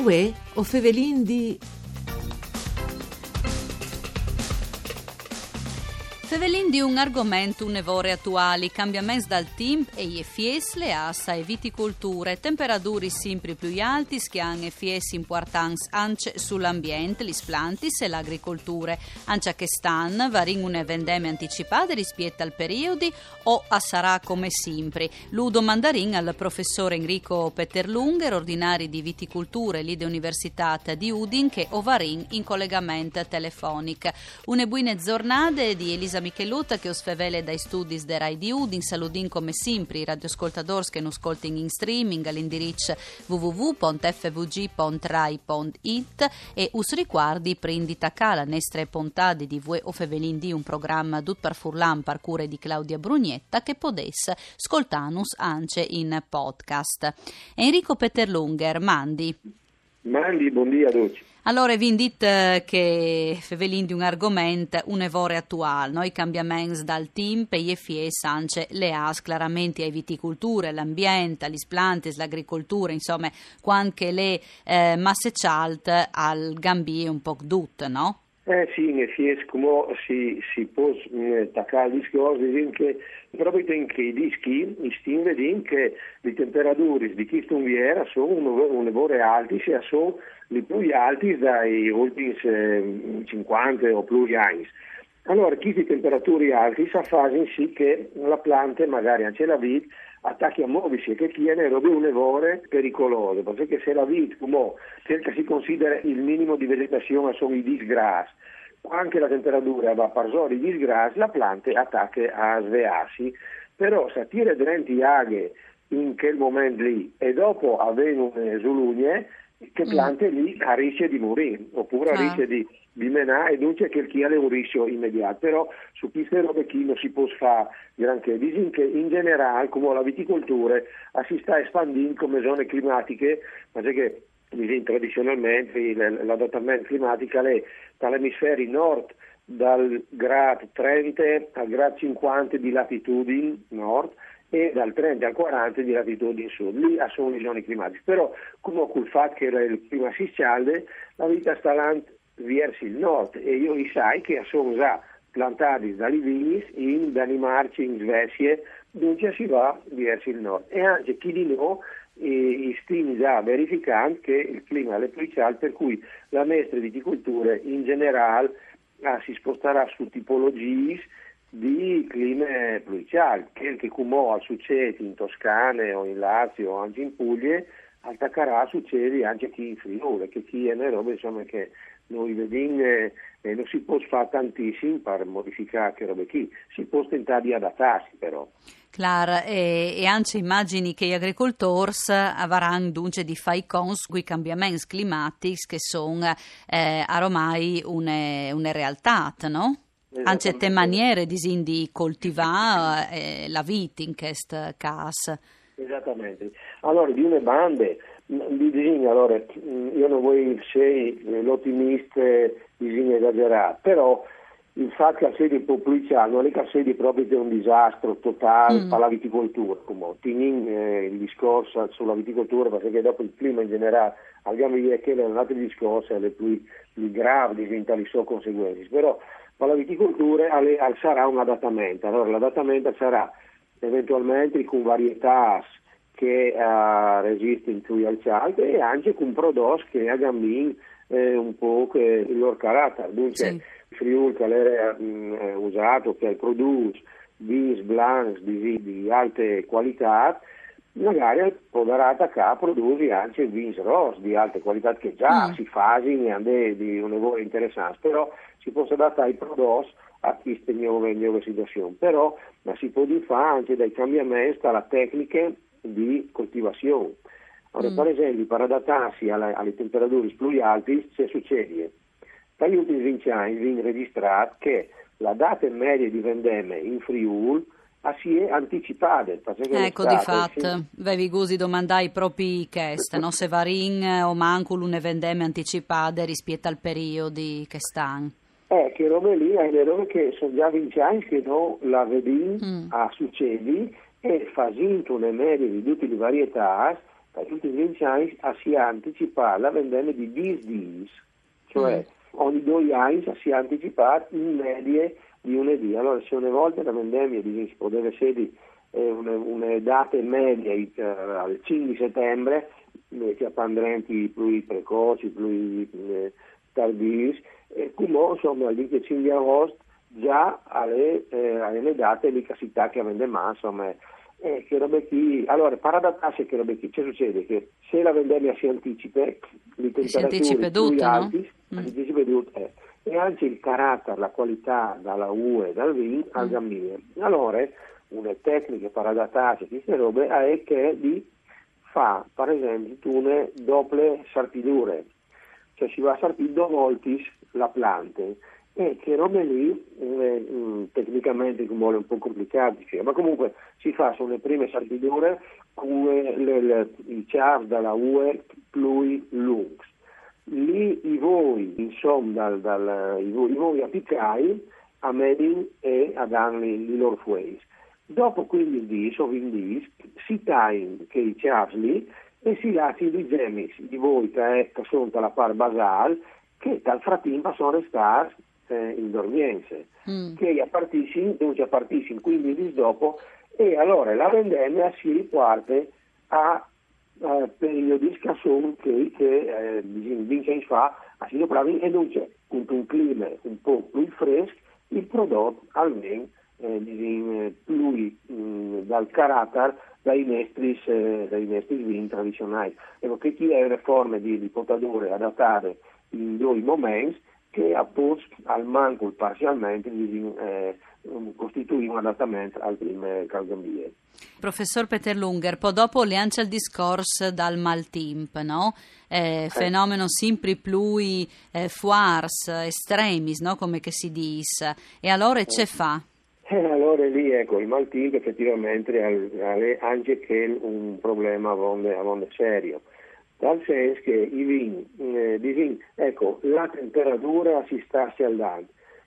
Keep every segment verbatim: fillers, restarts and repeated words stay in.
Uè, o fevelin di... Fevelin di un argomento un'evore attuali, cambiamenti dal team e gli fies, le assa e viticolture, temperature sempre più alti, schian e fies importanti anche sull'ambiente, gli splantis e l'agricoltura, anche che stan, varin une vendemmie anticipate rispetto al periodi o a sarà come sempre. Ludo mandarin al professore Enrico Peterlunger, ordinari di viticoltura lì dell'Università di Udin, che ovarin in collegamento telefonico. Une buone giornate di Elisa Michelutta che osfevele dai studi de Rai di Udin. Saludin come sempre i radioascoltatori che non ascoltano in streaming all'indirizzo w w w punto f v g punto rai punto it e us riguardi prendita cala nestre puntate di Vue o Fevelin di un programma dut per furlan par cure di Claudia Brugnetta che podesse ascoltanus anche in podcast. Enrico Peterlunger, mandi. Mandi, buondì a tutti. Allora, vi dite che fevelin di un argomento un'evore attuale, no? I cambiamenti dal team per gli fies anche le as, chiaramente ai viticolture, l'ambiente, gli splantes, l'agricoltura, insomma, anche le eh, masse cialte al gambie un po' tutte, no? Eh sì, in effetti come si, si può attaccare al discorso, che proprio in che i dischi, i stim vedono che le temperature di questa unviera sono un'evore alti, sia sono le più alti dai ultimi cinquanta o più anni. Allora, queste temperature alte si fanno sì che la pianta, magari anche la vite, attacchi a muoversi, che tiene robe un'evore pericolose, perché se la vite, come si considera il minimo di vegetazione, sono i disgrassi, anche la temperatura va a parsori di disgrassi, la pianta attacca a svearsi, però se tira dentro le aghe in quel momento lì e dopo avvengono solugne, che piante mm. lì a rischio di morire, oppure a ah. rischio di, di menare, e dunque che chi ha un rischio immediato. Però su queste robe qui non si può fare granché. Dicono che in generale, come la viticoltura, si sta espandendo come zone climatiche, ma c'è che dicono, tradizionalmente l'adattamento climatico è dall'emisfero nord, dal grado trenta al grado cinquanta di latitudine nord, e dal trenta al quaranta di latitudine sud. Lì sono le zone climatiche. Però, come col fatto che il clima si scalda, la vita sta andando verso il nord, e io li sai che sono già plantati dalle vigni in Danimarca, in Svezia, dunque si va verso il nord. E anche chi di noi i stimi già verificando che il clima è più caldo, per cui la nostra viticoltura in generale ah, si sposterà su tipologie di clima pluviali, che, che come succede in Toscana o in Lazio o anche in Puglia, attaccherà succede anche qui in Friuli, che qui è una roba insomma che noi vediamo eh, eh, non si può fare tantissimo per modificare che robe qui, si può tentare di adattarsi però. Clar, e, e anche immagini che gli agricoltori avranno dunque di fare cons con i cambiamenti climatici che sono eh, ormai una, una realtà, no? Anche te maniere di, di coltivare eh, la vita in questo caso. Esattamente. Allora, di una bande, di disegno, allora, io non voglio essere l'ottimista, disegno esagerato, però il fatto che la sede popolare non è che la sede proprio è un disastro totale mm. per la viticoltura, come teniamo eh, il discorso sulla viticoltura, perché dopo il clima in generale, abbiamo dire che è un altro discorso, è più, più grave, diventa le sue conseguenze, però per la viticoltura alle, al, sarà un adattamento. Allora l'adattamento sarà eventualmente con varietà che uh, resistono più al caldo e anche con prodotti che abbiano eh, un po' che il loro carattere. Dunque sì. Il Friuli che era mh, usato per produrre vins blancs di, di alte qualità, magari potrà attaccare a produrre anche vins rossi di alte qualità che già mm. si fanno e hanno di un lavoro interessante, però si può adattare ai prodotti a queste nuove, nuove situazioni, però ma si può fare anche dai cambiamenti alla tecnica di coltivazione. Allora, mm. per esempio, per adattarsi alle, alle temperature più alte, c'è succede dagli ultimi venti anni viene registrato che la data media di vendemmie in Friuli si è anticipata. Ecco, di fatto, avevi gusi domandai proprio questo, no? Se varin o manco l'une vendemmie anticipate rispetto al periodo che stanno. Eh, che robe lì, è vero che sono già venti anni che non la vedi mm. a succedi e facendo una media di tutte le varietà per tutti i venti anni si anticipa la vendemmia di dieci dies, cioè mm. ogni due anni si anticipa in medie di un dì. Allora se una volta la vendemmia si poteva essere eh, una, una data media eh, al cinque di settembre, eh, che appandrenti più precoci, più eh, tardivi, e come insomma il cinque di agosto già alle, eh, alle date di casità che vende ma insomma eh, che robe chi allora per adattarsi che robe chi c'è succede che se la vendemmia si anticipa le temperature più alte no? mm. si eh, e anche il carattere, la qualità dalla U E dal vino al mm. gambire. Allora una tecnica per adattarsi a queste robe è che di fa per esempio una doppie sarpidure, cioè si va a sarpire due volte la planta. E che robe lì eh, tecnicamente come un po' complicati, cioè, ma comunque si fa sulle prime sarpidure con le, le, i ciav dalla U E più lungs. Lì i voi, insomma, dal, dal, i, voi, i voi apicai a Medin e a danni i loro fueis. Dopo quindici dis o venti dis si tagliano che i ciav lì e si lasciano i gemis, i voi che sono dalla par basale, che dal frattempo sono restati in dormienze, mm. che appartiscono, non ci appartiscono quindici dis dopo, e allora la vendemmia si riparte a uh, periodi scassoni che, che eh, venti anni fa a si dopravi e non c'è con un clima un po' più fresco il prodotto almeno eh, più mh, dal carattere dai nostri eh, dai nostri vini tradizionali. Ecco che chi è le forme di, di potadore adattate in due momenti che apposta al manco parzialmente eh, costituì un adattamento al primo calgambie. Professor Peter Lunger, poi dopo le ancia il discorso dal maltemp, no? Eh, eh. Fenomeno sempre più eh, fuars, extremis, no? Come che si dice. E allora eh. ce fa? Eh, allora lì ecco il maltemp effettivamente è anche che un problema a vonde, a vonde serio. Dal senso che i vini, eh, vini, ecco, la temperatura si sta scaldando,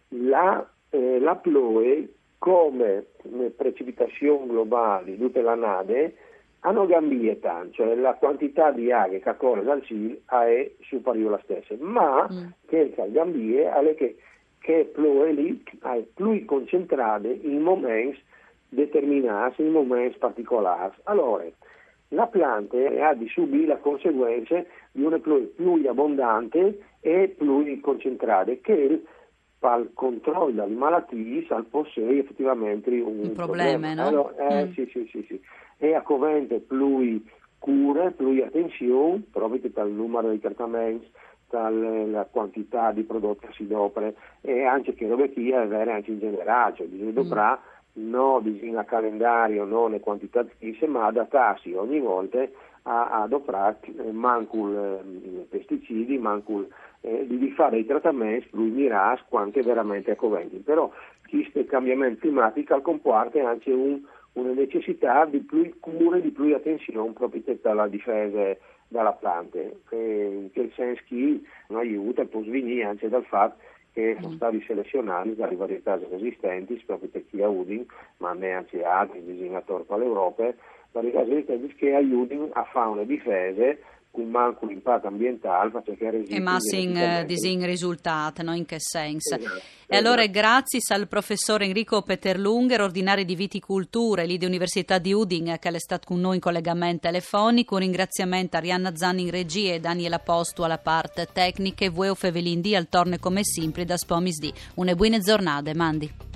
la, eh, la ploe come precipitazione globale di tutta la nade hanno cambiato tanto, cioè la quantità di acqua che corre dal cielo è superiore alla stessa, ma mm. che il gambie è che, che ploe lì è più concentrata in momenti determinati, in momenti particolari. Allora, la pianta ha di subire le conseguenze di una più, più abbondante e più concentrata, che per il controllo delle malattie possede effettivamente un, un problema. problema. No? Allora, eh, mm. sì, sì, sì, sì. E a covente più cure, più attenzione, proprio dal numero di trattamenti, dalla quantità di prodotti che si dopre e anche che dove chi è avere anche in generale, cioè bisogna doprare mm. non bisogna calendario, non le quantità fisse, ma adattarsi ogni volta a adoperare eh, manco eh, pesticidi, manco eh, di fare i trattamenti più mirati quanto veramente coventi. Però questo cambiamento climatico comporta anche un, una necessità di più cure, di più attenzione proprio dalla difesa dalla pianta, eh, in quel senso che aiuta, può svenire anche dal fatto che sono stati selezionati dalle varietà esistenti, proprio per chi ha Udin, ma neanche altri disegnatori per l'Europa, varietà esistenti che aiutano a fare una difesa con manco l'impatto ambientale perché e ma sin disin risultati, no? In che senso? Esatto, e allora esatto. grazie al professor Enrico Peter Lunger, ordinario di viticoltura lì di Università di Udin, che è stato con noi in collegamento telefonico. Un ringraziamento a Rianna Zanni in regia e Daniela Postu alla parte tecnica e voi Fevelin di al torne come sempre da Spomis di. Una buona giornata, mandi.